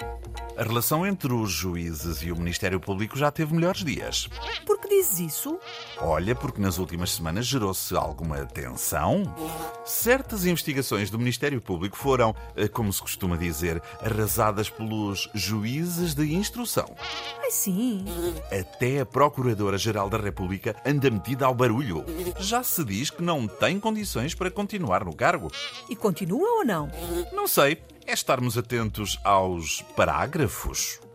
A relação entre os juízes e o Ministério Público já teve melhores dias. Por que dizes isso? Olha, porque nas últimas semanas gerou-se alguma tensão. Certas investigações do Ministério Público foram, como se costuma dizer, arrasadas pelos juízes de instrução. Ai, sim. Até a Procuradora-Geral da República anda metida ao barulho. Já se diz que não tem condições para continuar no cargo. E continua ou não? Não sei, é estarmos atentos aos parágrafos.